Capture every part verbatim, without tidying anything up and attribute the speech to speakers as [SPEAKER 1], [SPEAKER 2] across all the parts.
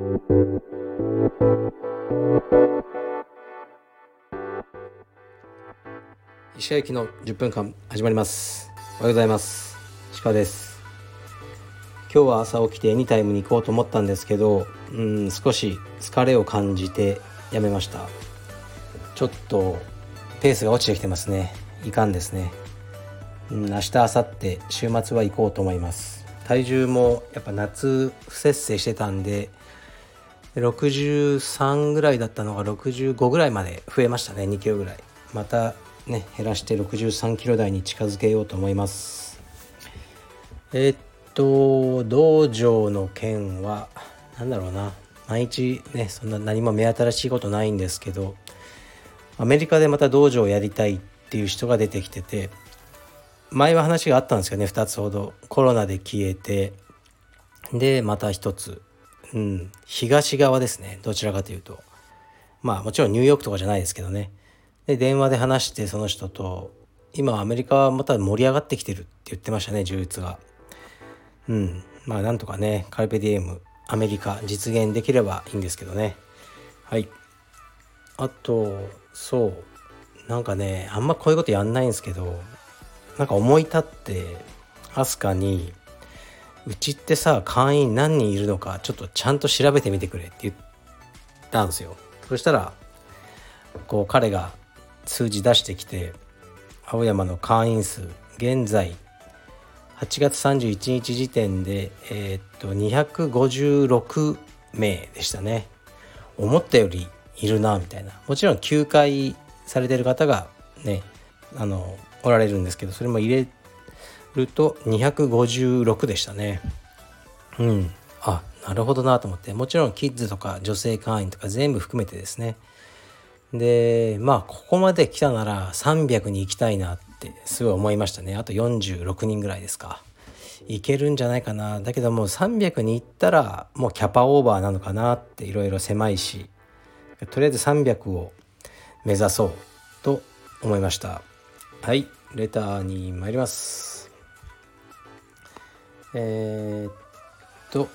[SPEAKER 1] 石川行きのじゅっぷんかん始まります。おはようございます。石川です。今日は朝起きてエニタイムに行こうと思ったんですけど、うん少し疲れを感じてやめました。ちょっとペースが落ちてきてますね。いかんですね。うん、明日明後日週末は行こうと思います。体重もやっぱ夏不節制してたんでろくじゅうさんぐらいだったのがろくじゅうごぐらいまで増えましたね。にキロぐらいまたね減らしてろくじゅうさんキロ台に近づけようと思います。えー、っと道場の件はなんだろうな、毎日ねそんな何も目新しいことないんですけど、アメリカでまた道場をやりたいっていう人が出てきてて、前は話があったんですけどね、ふたつほどコロナで消えて、でまた一つ、うん、東側ですね。どちらかというとまあもちろんニューヨークとかじゃないですけどね。で電話で話して、その人と今アメリカはまた盛り上がってきてるって言ってましたね、充実が。うんまあなんとかねカルペディエムアメリカ実現できればいいんですけどね。はい。あとそうなんかねあんまこういうことやんないんですけど、なんか思い立ってアスカにうちってさ会員何人いるのかちょっとちゃんと調べてみてくれって言ったんですよ。そしたらこう彼が数字出してきて、青山の会員数現在はちがつさんじゅういちにち時点でえー、っとにひゃくごじゅうろくめいでしたね。思ったよりいるなみたいな。もちろん休会されてる方がねあのおられるんですけど、それも入れるとにひゃくごじゅうろくでしたね。うんあなるほどなと思って、もちろんキッズとか女性会員とか全部含めてですね。でまあここまで来たならさんびゃくに行きたいなってすごい思いましたね。あとよんじゅうろくにんぐらいですか、いけるんじゃないかな。だけどもうさんびゃくに行ったらもうキャパオーバーなのかなって、いろいろ狭いし、とりあえずさんびゃくを目指そうと思いました。はい、レターに参ります。えー、っと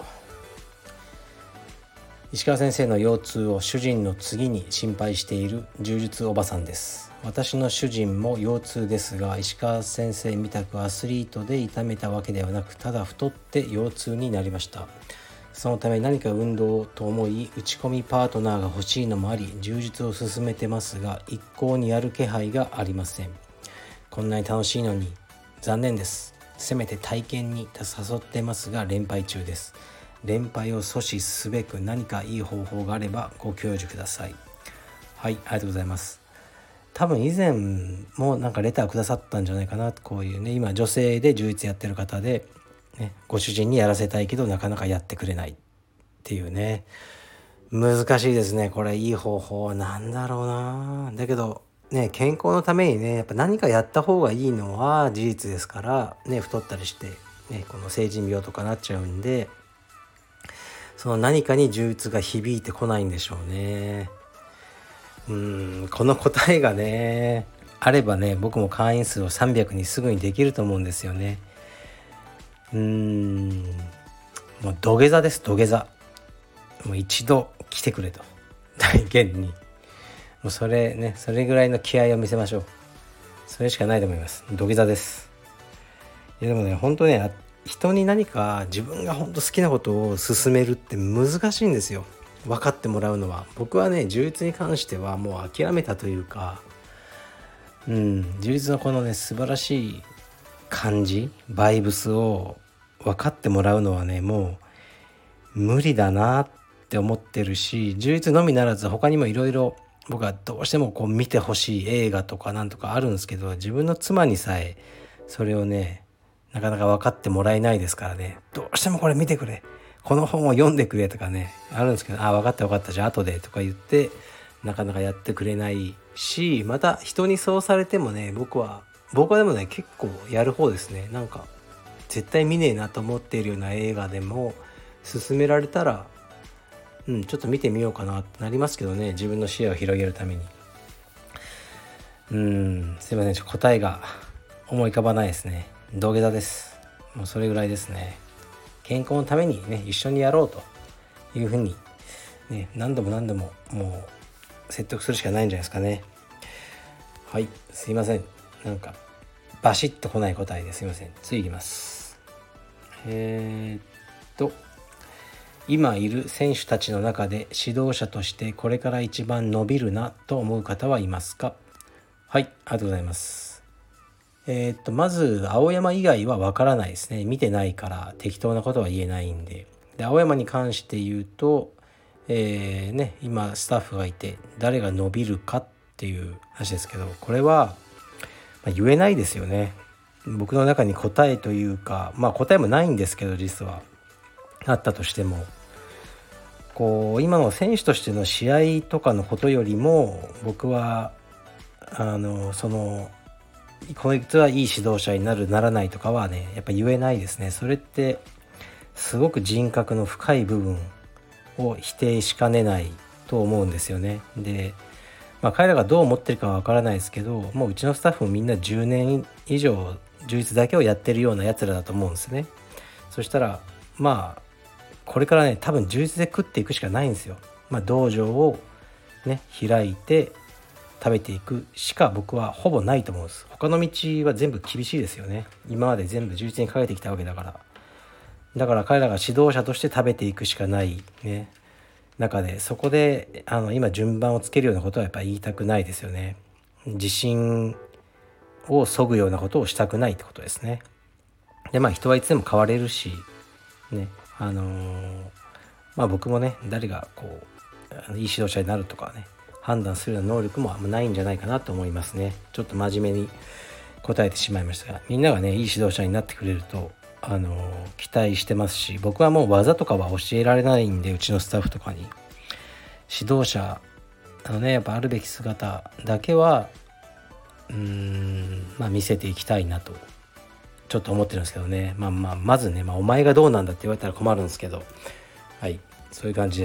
[SPEAKER 1] 石川先生の腰痛を主人の次に心配している柔術おばさんです。私の主人も腰痛ですが、石川先生みたくアスリートで痛めたわけではなく、ただ太って腰痛になりました。そのため何か運動と思い、打ち込みパートナーが欲しいのもあり柔術を進めてますが、一向にやる気配がありません。こんなに楽しいのに残念です。せめて体験に誘ってますが連敗中です。連敗を阻止すべく何かいい方法があればご教授ください。はい、ありがとうございます。多分以前もなんかレターくださったんじゃないかな。こういうね、今女性で充実やってる方で、ね、ご主人にやらせたいけどなかなかやってくれないっていうね、難しいですね。これいい方法なんだろうな。だけどね、健康のためにねやっぱ何かやった方がいいのは事実ですからね。太ったりしてねこの成人病とかなっちゃうんで、その何かに充実が響いてこないんでしょうね。うーんこの答えがねあればね、僕も会員数をさんびゃくにすぐにできると思うんですよね。うーんもう土下座です。土下座。もう一度来てくれと大現に、もうそれねそれぐらいの気合を見せましょう。それしかないと思います。土下座です。いやでもね本当ね、人に何か自分が本当好きなことを勧めるって難しいんですよ。分かってもらうのは。僕はね充実に関してはもう諦めたというか、うん充実のこのね素晴らしい感じバイブスを分かってもらうのはねもう無理だなって思ってるし、充実のみならず他にもいろいろ僕はどうしてもこう見てほしい映画とかなんとかあるんですけど、自分の妻にさえそれをねなかなか分かってもらえないですからね。どうしてもこれ見てくれ、この本を読んでくれとかねあるんですけど、あ分かった分かったじゃあ後でとか言ってなかなかやってくれないし、また人にそうされてもね僕は僕はでもね結構やる方ですね。なんか絶対見ねえなと思っているような映画でも勧められたらうんちょっと見てみようかなってなりますけどね、自分の視野を広げるために。うーんすいません、ちょっと答えが思い浮かばないですね。土下座です。もうそれぐらいですね。健康のためにね一緒にやろうというふうにね、何度も何度ももう説得するしかないんじゃないですかね。はい、すいません、なんかバシッと来ない答えですいません。次いきます。えー、っと今いる選手たちの中で指導者としてこれから一番伸びるなと思う方はいますか？はい、ありがとうございます。えー、っとまず青山以外はわからないですね。見てないから適当なことは言えないんで。で青山に関して言うと、えー、ね今スタッフがいて誰が伸びるかっていう話ですけど、これは、まあ、言えないですよね。僕の中に答えというか、まあ答えもないんですけど、実はあったとしても、こう今の選手としての試合とかのことよりも、僕はあのそのこいつはいい指導者になるならないとかはねやっぱ言えないですね。それってすごく人格の深い部分を否定しかねないと思うんですよね。で、まあ、彼らがどう思ってるかはわからないですけど、もううちのスタッフもみんなじゅうねん以上充実だけをやってるようなやつらだと思うんですね。そしたらまあこれからね多分充実で食っていくしかないんですよ。まあ、道場をね開いて食べていくしか僕はほぼないと思うんです。他の道は全部厳しいですよね。今まで全部充実にかけてきたわけだから。だから彼らが指導者として食べていくしかないね中で、そこであの今順番をつけるようなことはやっぱり言いたくないですよね。自信を削ぐようなことをしたくないってことですね。でまあ人はいつでも変われるしね、あのー、まあ僕もね誰がこういい指導者になるとかね判断するような能力もあんまないんじゃないかなと思いますね。ちょっと真面目に答えてしまいましたが、みんながねいい指導者になってくれるとあの期待してますし、僕はもう技とかは教えられないんで、うちのスタッフとかに指導者あのねやっぱあるべき姿だけはうーんまあ見せていきたいなとちょっと思ってるんですけどね。まあまあまずね、まあ、お前がどうなんだって言われたら困るんですけど、はい、そういう感じです。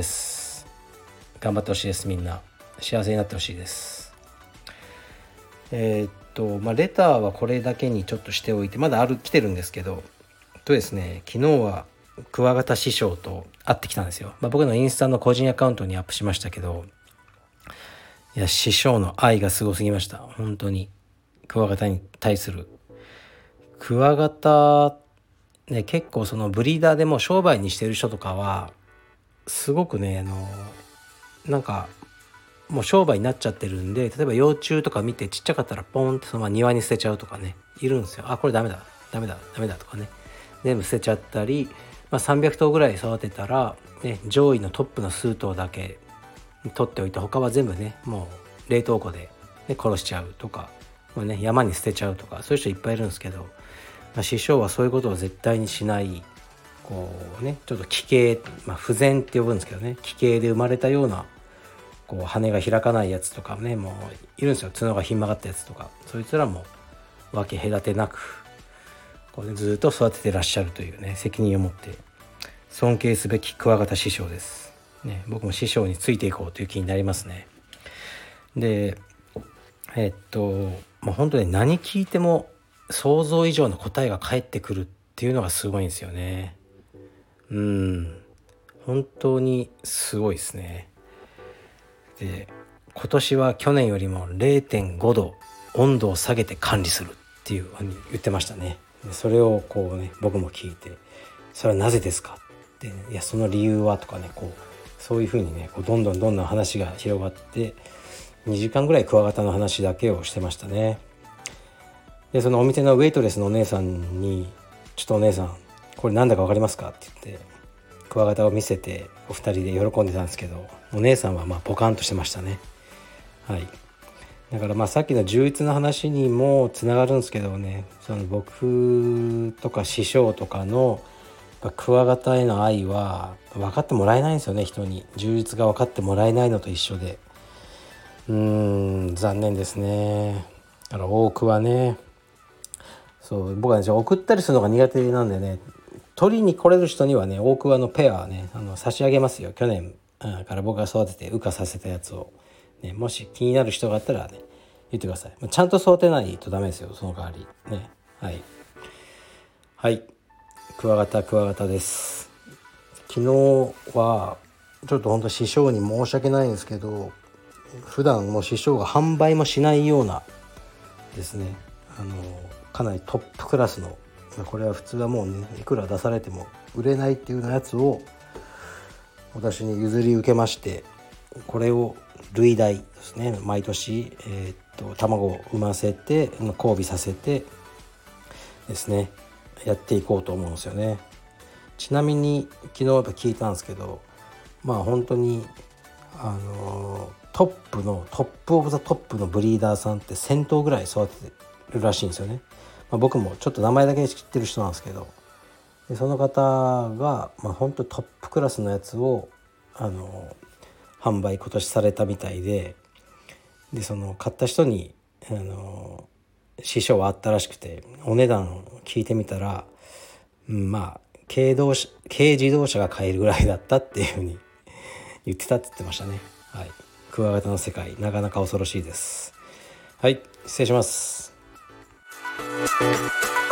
[SPEAKER 1] 頑張ってほしいです。みんな幸せになってほしいです。えー、っとまあレターはこれだけにちょっとしておいて、まだある来てるんですけどとですね、昨日はクワガタ師匠と会ってきたんですよ。まあ、僕のインスタの個人アカウントにアップしましたけど、いや師匠の愛がすごすぎました。本当にクワガタに対する。クワガタね、結構そのブリーダーでも商売にしてる人とかはすごくねあのなんかもう商売になっちゃってるんで、例えば幼虫とか見てちっちゃかったらポンってそのまま庭に捨てちゃうとかねいるんですよ。あこれダメだダメだダメだとかね全部捨てちゃったり、まあ、さんびゃくとうぐらい育てたら、ね、上位のトップの数頭だけ取っておいて他は全部ねもう冷凍庫で、ね、殺しちゃうとか、まあね、山に捨てちゃうとかそういう人いっぱいいるんですけど、まあ、師匠はそういうことを絶対にしない、こうねちょっと奇形、まあ、不全って呼ぶんですけどね、奇形で生まれたようなこう羽が開かないやつとかねもういるんですよ。角がひん曲がったやつとか、そいつらも分け隔てなくこう、ね、ずっと育ててらっしゃるというね責任を持って尊敬すべきクワガタ師匠です、ね、僕も師匠についていこうという気になりますね。でえっとまあ本当に何聞いても想像以上の答えが返ってくるっていうのがすごいんですよね。うん本当にすごいですね。で今年は去年よりも れいてんご 度温度を下げて管理するっていうふうに言ってましたね。でそれをこうね僕も聞いて、それはなぜですかって、ね、いやその理由はとかねこうそういうふうにねこうどんどんどんどん話が広がってにじかんぐらいクワガタの話だけをしてましたね。でそのお店のウェイトレスのお姉さんにちょっとお姉さんこれなんだか分かりますかって言ってクワガタを見せてお二人で喜んでたんですけど、お姉さんはまあポカンとしてましたね。はい、だからまあさっきの充実の話にもつながるんですけどね、その僕とか師匠とかのクワガタへの愛は分かってもらえないんですよね。人に充実が分かってもらえないのと一緒で、うーん残念ですね。だから多くはね、そう僕はね送ったりするのが苦手なんでね、取りに来れる人にはね大桑のペアはねあの差し上げますよ。去年から僕が育てて羽化させたやつを、ね、もし気になる人があったらね言ってください。ちゃんと育てないとダメですよ、その代わりね。はいはい、クワガタクワガタです。昨日はちょっと本当師匠に申し訳ないんですけど、普段もう師匠が販売もしないようなですね、あのかなりトップクラスの、これは普通はもうねいくら出されても売れないっていうようなやつを私に譲り受けまして、これを類代ですね、毎年、えー、っと卵を産ませて交尾させてですねやっていこうと思うんですよね。ちなみに昨日やっぱ聞いたんですけど、まあ本当にあのトップのトップオブザトップのブリーダーさんってせん頭ぐらい育ててるらしいんですよね。まあ、僕もちょっと名前だけ知ってる人なんですけど、でその方が、まあ、本当トップクラスのやつをあの販売今年されたみたいで、でその買った人にあの師匠はあったらしくて、お値段聞いてみたら、うん、まあ軽動車軽自動車が買えるぐらいだったっていうふうに言ってたって言ってましたね。はい、クワガタの世界なかなか恐ろしいです。はい、失礼します。